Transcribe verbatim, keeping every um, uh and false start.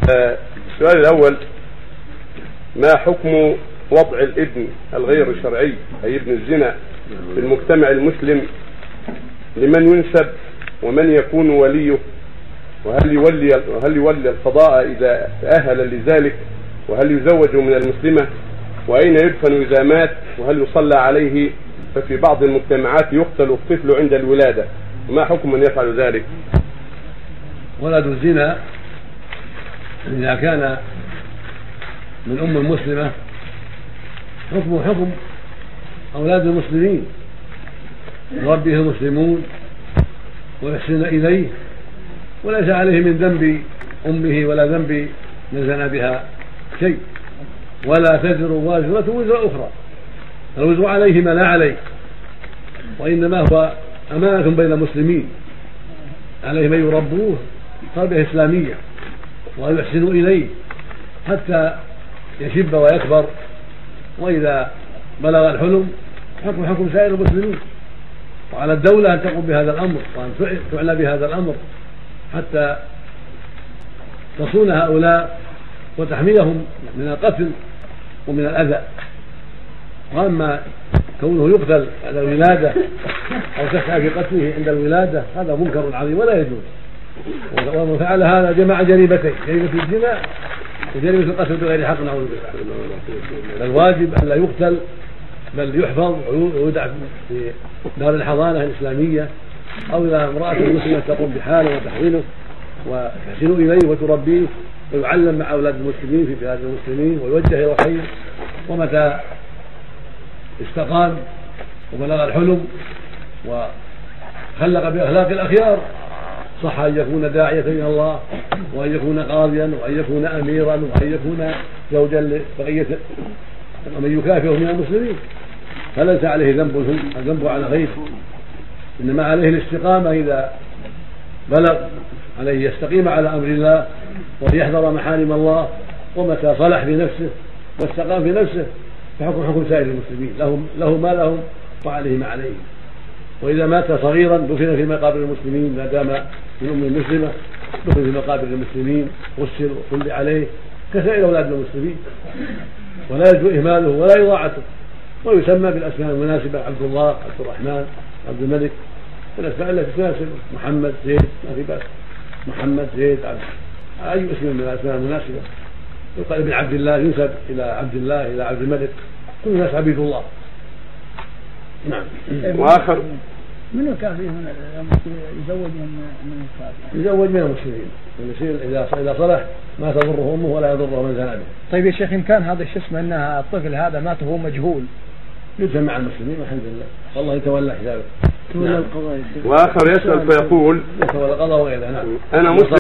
السؤال الأول: ما حكم وضع الابن الغير شرعي أي ابن الزنا في المجتمع المسلم؟ لمن ينسب ومن يكون وليه؟ وهل يولي وهل يولي القضاء إذا تأهل لذلك؟ وهل يزوج من المسلمة؟ وأين يدفن إذا مات؟ وهل يصلى عليه؟ ففي بعض المجتمعات يقتل الطفل عند الولادة، ما حكم من يفعل ذلك؟ ولد الزنا إذا كان من أم مسلمة حكمه حكم أولاد المسلمين، يربيه المسلمون ويحسن إليه، وليس عليه من ذنب أمه ولا ذنب من زنى بها شيء، ولا تزر وازرة وزر أخرى، الوزر عليهما لا عليه، وإنما هو أمانة بين المسلمين، عليهم أن يربوه تربية إسلامية وأن يحسنوا إليه حتى يشب ويكبر، وإذا بلغ الحلم حكم حكم سائر المسلمين، وعلى الدولة أن تقوم بهذا الأمر وأن تعلى بهذا الأمر حتى تصون هؤلاء وتحميهم من القتل ومن الأذى. وأما كونه يقتل عند الولادة أو تسعى في قتله عند الولادة هذا منكر عظيم ولا يجوز، ومن فعل هذا جمع جريمتين: جريمة الزنا وجريمة القتل بغير حق، نعوذ بالله. الواجب أن لا يقتل بل يحفظ ويودع في دار الحضانة الإسلامية، أو إذا امرأة مسلمة تقوم بحاله وتحويله وتحسن إليه وتربيه ويعلم مع أولاد المسلمين في بلاد المسلمين ويوجه إلى الخير، ومتى استقام وبلغ الحلم وخلق بأخلاق الأخيار صح أن يكون داعية إلى الله، وأن يكون قاضيا، وأن يكون أميرا، وأن يكون زوجا لبقية ومن يكافئه من المسلمين، فليس عليه ذنب الذنب على غيره، إنما عليه الاستقامة. إذا بلغ عليه يستقيم على أمر الله وليحذر محارم الله، ومتى صلح في نفسه واستقام في نفسه فحكم حكم سائر المسلمين، له, له ما لهم وعليه ما عليه. وإذا مات صغيرا دفن في مقابر المسلمين ما دام من أم المسلمة، دفن في مقابر المسلمين، غسل وصلي عليه كسائر أولاد المسلمين، ولا يجوز إهماله ولا إضاعته، ويسمى بالأسماء المناسبة: عبد الله، عبد الرحمن، عبد الملك، الأسماء التي تناسب، محمد، زيد، ما في بأس، محمد، زيد، عبد، أي اسم من الأسماء المناسبة. يقال ابن عبد الله ينسب إلى عبد الله، إلى عبد الملك، كل الناس عبيد الله. نعم. وآخر: من الكافرين يزوج من الكافرين؟ يزوج من المسلمين، إذا إذا صلح ما تضره أمه ولا يضره من زنى به. طيب يا شيخ، إن كان هذا الشيء اسمه أن الطفل هذا مات وهو مجهول، يدفن مع المسلمين والحمد لله، والله يتولى حسابه. نعم. وآخر يسأل فيقول: يتولى القضاء وغيره. نعم. أنا مسلم